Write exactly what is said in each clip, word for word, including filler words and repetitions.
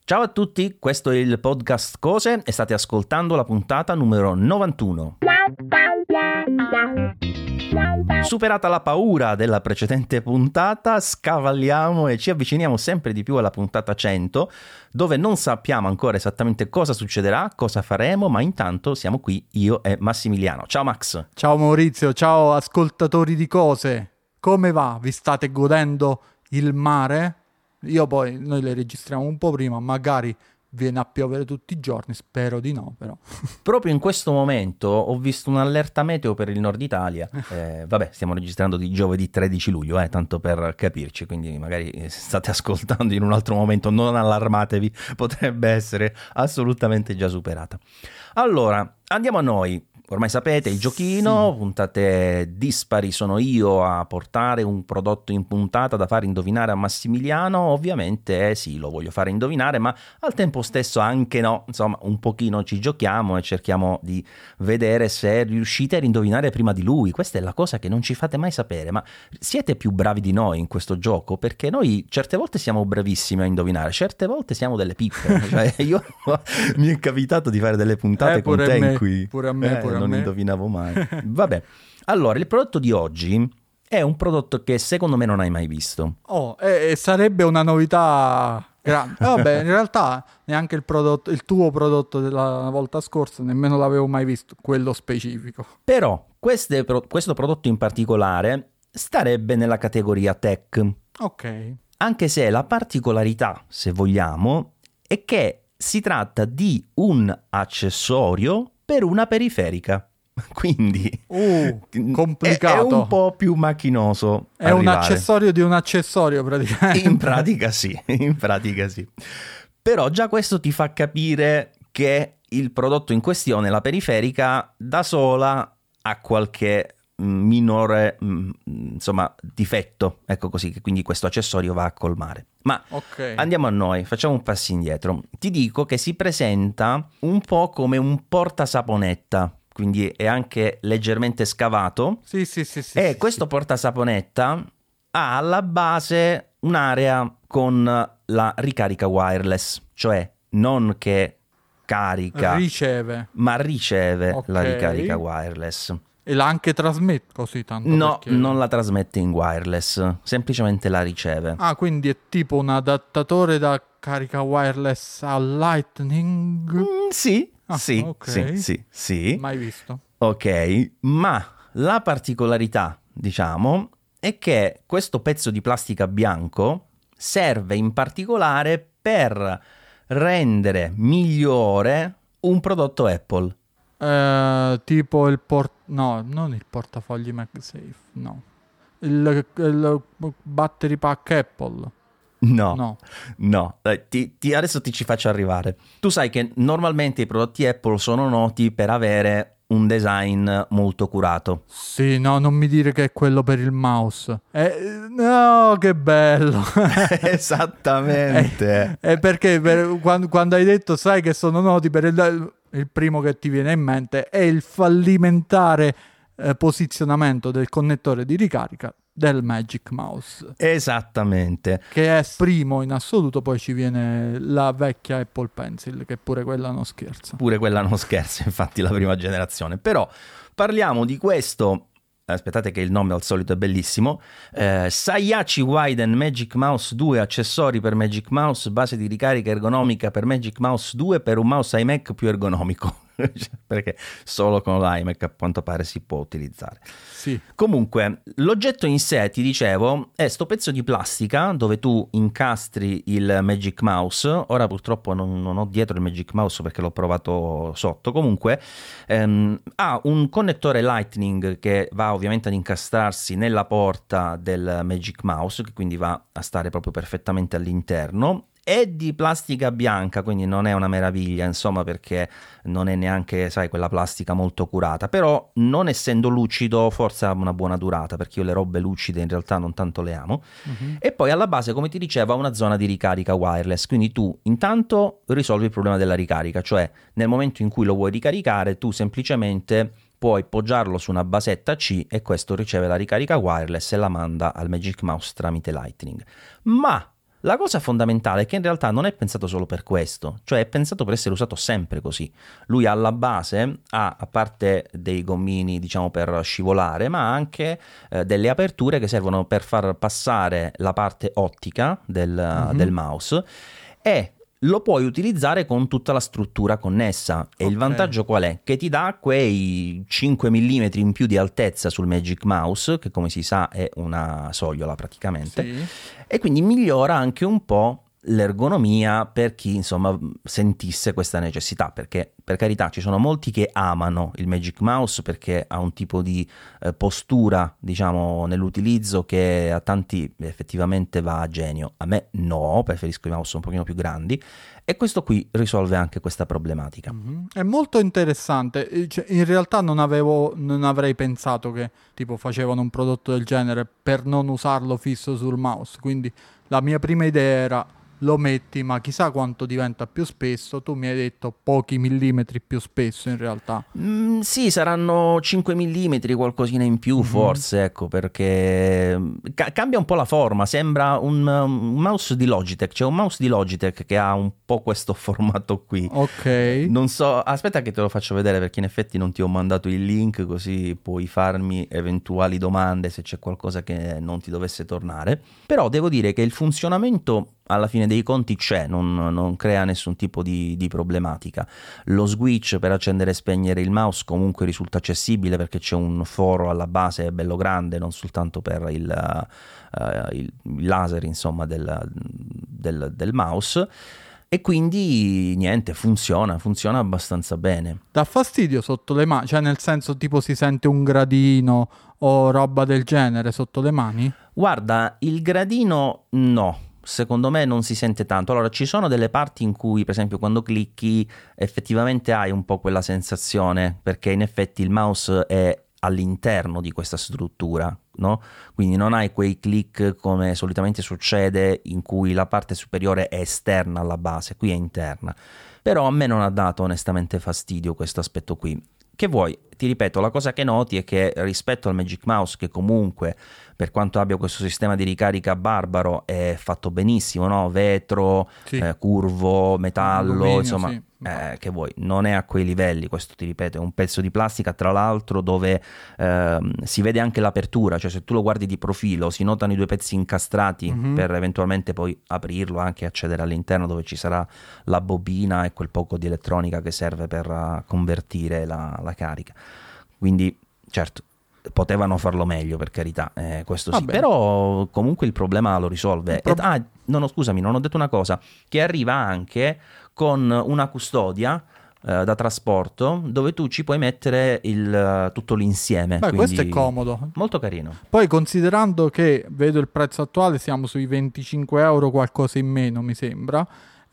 Ciao a tutti, questo è il podcast Cose e state ascoltando la puntata numero novantuno. Superata la paura della precedente puntata, scavalliamo e ci avviciniamo sempre di più alla puntata cento, dove non sappiamo ancora esattamente cosa succederà, cosa faremo, ma intanto siamo qui io e Massimiliano. Ciao Max. Ciao Maurizio, ciao ascoltatori di Cose. Come va? Vi state godendo il mare? Io poi, noi le registriamo un po' prima, magari viene a piovere tutti i giorni, spero di no però. Proprio in questo momento ho visto un'allerta meteo per il nord Italia, eh, vabbè stiamo registrando di giovedì tredici luglio, eh, tanto per capirci, quindi magari state ascoltando in un altro momento, non allarmatevi, potrebbe essere assolutamente già superata. Allora, andiamo a noi. Ormai sapete il giochino, sì. Puntate dispari, sono io a portare un prodotto in puntata da fare indovinare a Massimiliano, ovviamente eh, sì, lo voglio fare indovinare, ma al tempo stesso anche no, insomma un pochino ci giochiamo e cerchiamo di vedere se riuscite a indovinare prima di lui. Questa è la cosa che non ci fate mai sapere, ma siete più bravi di noi in questo gioco? Perché noi certe volte siamo bravissimi a indovinare, certe volte siamo delle pippe, cioè io mi è capitato di fare delle puntate eh, con te me, in cui... Pure a me, eh, pure a non me. indovinavo mai. Vabbè, allora il prodotto di oggi è un prodotto che secondo me non hai mai visto. Oh, e, e sarebbe una novità grande. Vabbè, in realtà neanche il prodotto, il tuo prodotto della volta scorsa nemmeno l'avevo mai visto, quello specifico. Però queste, questo prodotto in particolare starebbe nella categoria tech. Ok. Anche se la particolarità, se vogliamo, è che si tratta di un accessorio per una periferica. Quindi uh, complicato. È, è un po' più macchinoso. È arrivare. Un accessorio di un accessorio praticamente. In pratica sì, in pratica sì. Però già questo ti fa capire che il prodotto in questione, la periferica, da sola ha qualche minore insomma difetto, ecco così, che quindi questo accessorio va a colmare. Ma okay. Andiamo a noi, facciamo un passo indietro. Ti dico che si presenta un po' come un portasaponetta, quindi è anche leggermente scavato. Sì, sì, sì, sì. E sì, questo sì. portasaponetta ha alla base un'area con la ricarica wireless, cioè non che carica, riceve, ma riceve okay. la ricarica wireless. E la anche trasmette così tanto? No, perché... non la trasmette in wireless, semplicemente la riceve. Ah, quindi è tipo un adattatore da carica wireless al Lightning? Mm, sì, ah, sì, okay. sì, sì, sì. Mai visto. Ok, ma la particolarità, diciamo, è che questo pezzo di plastica bianco serve in particolare per rendere migliore un prodotto Apple. Uh, tipo il port... no, non il portafogli MagSafe, no. Il, il battery pack Apple. No, no, no. Eh, ti, ti, adesso ti ci faccio arrivare. Tu sai che normalmente i prodotti Apple sono noti per avere un design molto curato. Sì, no, non mi dire che è quello per il mouse. Eh, no, che bello. Esattamente. È, è perché per, quando, quando hai detto sai che sono noti per il... il primo che ti viene in mente è il fallimentare eh, posizionamento del connettore di ricarica del Magic Mouse. Esattamente. Che è primo in assoluto, poi ci viene la vecchia Apple Pencil, che pure quella non scherza. Pure quella non scherza, infatti la prima generazione. Però parliamo di questo... Aspettate che il nome al solito è bellissimo. eh, Sayachi Widen Magic Mouse due, accessori per Magic Mouse, base di ricarica ergonomica per Magic Mouse due per un mouse iMac più ergonomico. Perché solo con l'iMac a quanto pare si può utilizzare. Sì. Comunque l'oggetto in sé, ti dicevo, è sto pezzo di plastica dove tu incastri il Magic Mouse. Ora purtroppo non, non ho dietro il Magic Mouse perché l'ho provato sotto. Comunque ehm, ha un connettore Lightning che va ovviamente ad incastrarsi nella porta del Magic Mouse, che quindi va a stare proprio perfettamente all'interno. È di plastica bianca, quindi non è una meraviglia, insomma, perché non è neanche, sai, quella plastica molto curata, però non essendo lucido forse ha una buona durata, perché io le robe lucide in realtà non tanto le amo. Uh-huh. E poi alla base, come ti dicevo, ha una zona di ricarica wireless, quindi tu intanto risolvi il problema della ricarica, cioè nel momento in cui lo vuoi ricaricare tu semplicemente puoi poggiarlo su una basetta C e questo riceve la ricarica wireless e la manda al Magic Mouse tramite Lightning. Ma La cosa fondamentale è che in realtà non è pensato solo per questo, cioè è pensato per essere usato sempre così. Lui alla base ha, a parte dei gommini, diciamo, per scivolare, ma anche eh, delle aperture che servono per far passare la parte ottica del, Mhm. del mouse, e lo puoi utilizzare con tutta la struttura connessa. E il Ok. vantaggio qual è? Che ti dà quei cinque millimetri in più di altezza sul Magic Mouse, che come si sa è una sogliola praticamente, Sì. e quindi migliora anche un po' l'ergonomia per chi insomma sentisse questa necessità, perché per carità ci sono molti che amano il Magic Mouse perché ha un tipo di eh, postura, diciamo, nell'utilizzo che a tanti effettivamente va a genio. A me no, preferisco i mouse un pochino più grandi, e questo qui risolve anche questa problematica. Mhm. È molto interessante. Eh, cioè, in realtà non avevo, non avrei pensato che tipo facevano un prodotto del genere per non usarlo fisso sul mouse. Quindi la mia prima idea era lo metti, ma chissà quanto diventa più spesso. Tu mi hai detto pochi millimetri più spesso in realtà. Mm, sì, saranno cinque millimetri, qualcosina in più Mhm. forse, ecco, perché ca- cambia un po' la forma, sembra un, un mouse di Logitech, c'è un mouse di Logitech che ha un po' questo formato qui. Ok. Non so, aspetta che te lo faccio vedere perché in effetti non ti ho mandato il link, così puoi farmi eventuali domande se c'è qualcosa che non ti dovesse tornare. Però devo dire che il funzionamento alla fine dei conti c'è, non, non crea nessun tipo di, di problematica. Lo switch per accendere e spegnere il mouse comunque risulta accessibile perché c'è un foro alla base bello grande, non soltanto per il, uh, il laser, insomma, del, del, del mouse. E quindi niente, funziona, funziona abbastanza bene. Dà fastidio sotto le mani, cioè nel senso tipo si sente un gradino o roba del genere sotto le mani? Guarda, il gradino no, secondo me non si sente tanto. Allora, ci sono delle parti in cui, per esempio, quando clicchi, effettivamente hai un po' quella sensazione, perché in effetti il mouse è all'interno di questa struttura, no? Quindi non hai quei click come solitamente succede in cui la parte superiore è esterna alla base, qui è interna. Però a me non ha dato onestamente fastidio questo aspetto qui. Che vuoi? Ti ripeto, la cosa che noti è che rispetto al Magic Mouse, che comunque per quanto abbia questo sistema di ricarica barbaro è fatto benissimo, no? Vetro, Sì. eh, curvo, metallo, Alluminio, insomma, sì. eh, che vuoi, non è a quei livelli. Questo ti ripeto è un pezzo di plastica, tra l'altro, dove ehm, si vede anche l'apertura, cioè se tu lo guardi di profilo si notano i due pezzi incastrati Mhm. per eventualmente poi aprirlo anche e accedere all'interno, dove ci sarà la bobina e quel poco di elettronica che serve per uh, convertire la, la carica. Quindi certo, potevano farlo meglio, per carità, eh, questo sì, Vabbè. però comunque il problema lo risolve. Il pro- E- ah, no, no, scusami, non ho detto una cosa, che arriva anche con una custodia eh, da trasporto, dove tu ci puoi mettere il, eh, tutto l'insieme, Beh, quindi questo è comodo. molto carino. Poi considerando che vedo il prezzo attuale, siamo sui venticinque euro, qualcosa in meno mi sembra,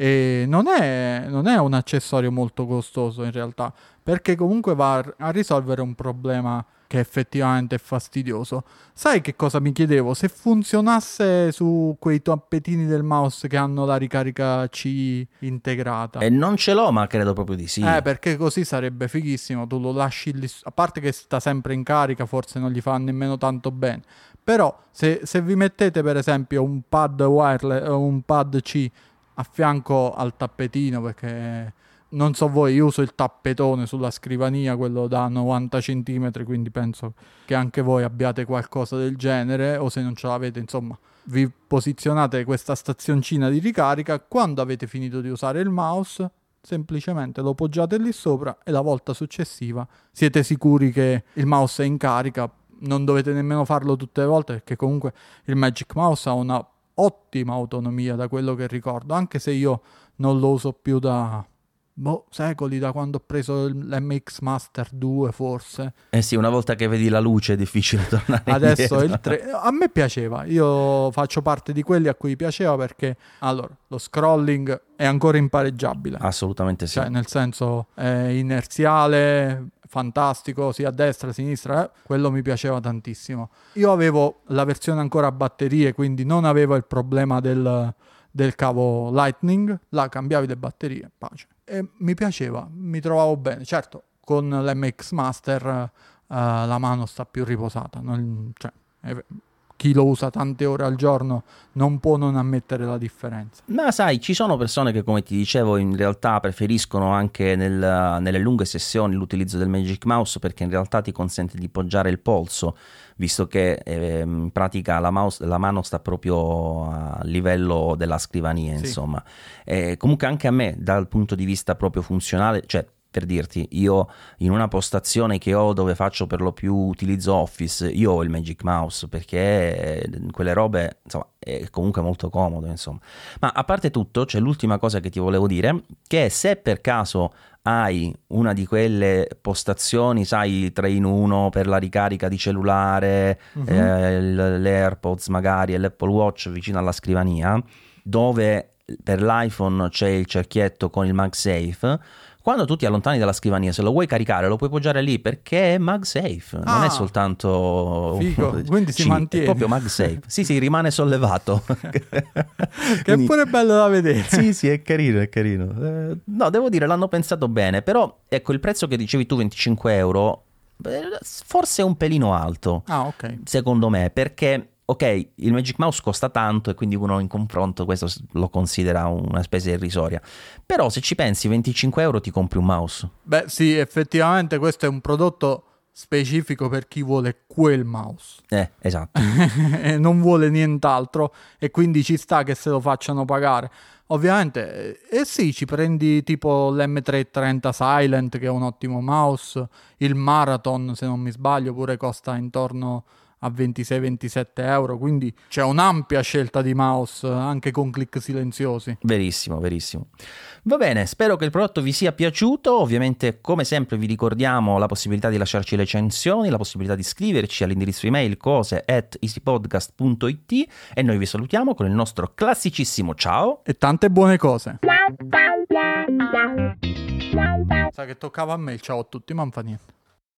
e non è, non è un accessorio molto costoso in realtà, perché comunque va a a risolvere un problema che effettivamente è fastidioso. Sai che cosa mi chiedevo? Se funzionasse su quei tappetini del mouse che hanno la ricarica C integrata. E non ce l'ho, ma credo proprio di sì. Eh, perché così sarebbe fighissimo. Tu lo lasci lì, a parte che sta sempre in carica, forse non gli fa nemmeno tanto bene. Però, se, se vi mettete per esempio un pad wireless o un pad C a fianco al tappetino, perché non so voi, io uso il tappetone sulla scrivania, quello da novanta centimetri, quindi penso che anche voi abbiate qualcosa del genere, o se non ce l'avete, insomma, vi posizionate questa stazioncina di ricarica. Quando avete finito di usare il mouse, semplicemente lo poggiate lì sopra e la volta successiva siete sicuri che il mouse è in carica. Non dovete nemmeno farlo tutte le volte, perché comunque il Magic Mouse ha una ottima autonomia da quello che ricordo, anche se io non lo uso più da boh, secoli, da quando ho preso l'M X Master due forse. Eh sì, una volta che vedi la luce è difficile tornare Adesso indietro. il tre a me piaceva, io faccio parte di quelli a cui piaceva, perché allora lo scrolling è ancora impareggiabile, Assolutamente sì. cioè nel senso è inerziale, fantastico, sia a destra, a sinistra, eh, quello mi piaceva tantissimo. Io avevo la versione ancora a batterie, quindi non avevo il problema del, del cavo Lightning, là cambiavi le batterie, pace. E mi piaceva, mi trovavo bene. Certo, con l'M X Master eh, la mano sta più riposata, non- cioè, è- chi lo usa tante ore al giorno non può non ammettere la differenza. Ma sai, ci sono persone che, come ti dicevo, in realtà preferiscono anche nel, nelle lunghe sessioni l'utilizzo del Magic Mouse, perché in realtà ti consente di poggiare il polso, visto che eh, in pratica la, mouse, la mano sta proprio a livello della scrivania, Sì. insomma. E comunque anche a me, dal punto di vista proprio funzionale, cioè per dirti, io in una postazione che ho dove faccio per lo più utilizzo Office, io ho il Magic Mouse, perché quelle robe, insomma, è comunque molto comodo, insomma. Ma a parte tutto, c'è l'ultima cosa che ti volevo dire, che se per caso hai una di quelle postazioni, sai, tre in uno per la ricarica di cellulare, uh-huh. eh, le AirPods magari e l'Apple Watch vicino alla scrivania, dove per l'iPhone c'è il cerchietto con il MagSafe, quando tu ti allontani dalla scrivania, se lo vuoi caricare lo puoi poggiare lì, perché è MagSafe, ah, non è soltanto figo, quindi si C, mantiene, è proprio MagSafe. Sì, sì, rimane sollevato. Che quindi, è pure bello da vedere. Sì, sì, è carino, è carino. Eh, no, devo dire, l'hanno pensato bene, però ecco, il prezzo che dicevi tu, venticinque euro, forse è un pelino alto. Ah, ok. Secondo me, perché ok, il Magic Mouse costa tanto e quindi uno in confronto questo lo considera una spesa irrisoria, però se ci pensi venticinque euro ti compri un mouse. Beh sì, effettivamente questo è un prodotto specifico per chi vuole quel mouse. Eh, esatto. E non vuole nient'altro, e quindi ci sta che se lo facciano pagare. Ovviamente, eh sì, ci prendi tipo l'M trecentotrenta Silent, che è un ottimo mouse, il Marathon, se non mi sbaglio, pure costa intorno a ventisei ventisette euro, quindi c'è un'ampia scelta di mouse anche con click silenziosi. Verissimo, verissimo. Va bene, spero che il prodotto vi sia piaciuto. Ovviamente, come sempre, vi ricordiamo la possibilità di lasciarci recensioni, la possibilità di scriverci all'indirizzo email cose at easypodcast punto it, e noi vi salutiamo con il nostro classicissimo ciao e tante buone cose. Sa che toccava a me il ciao a tutti, ma non fa niente.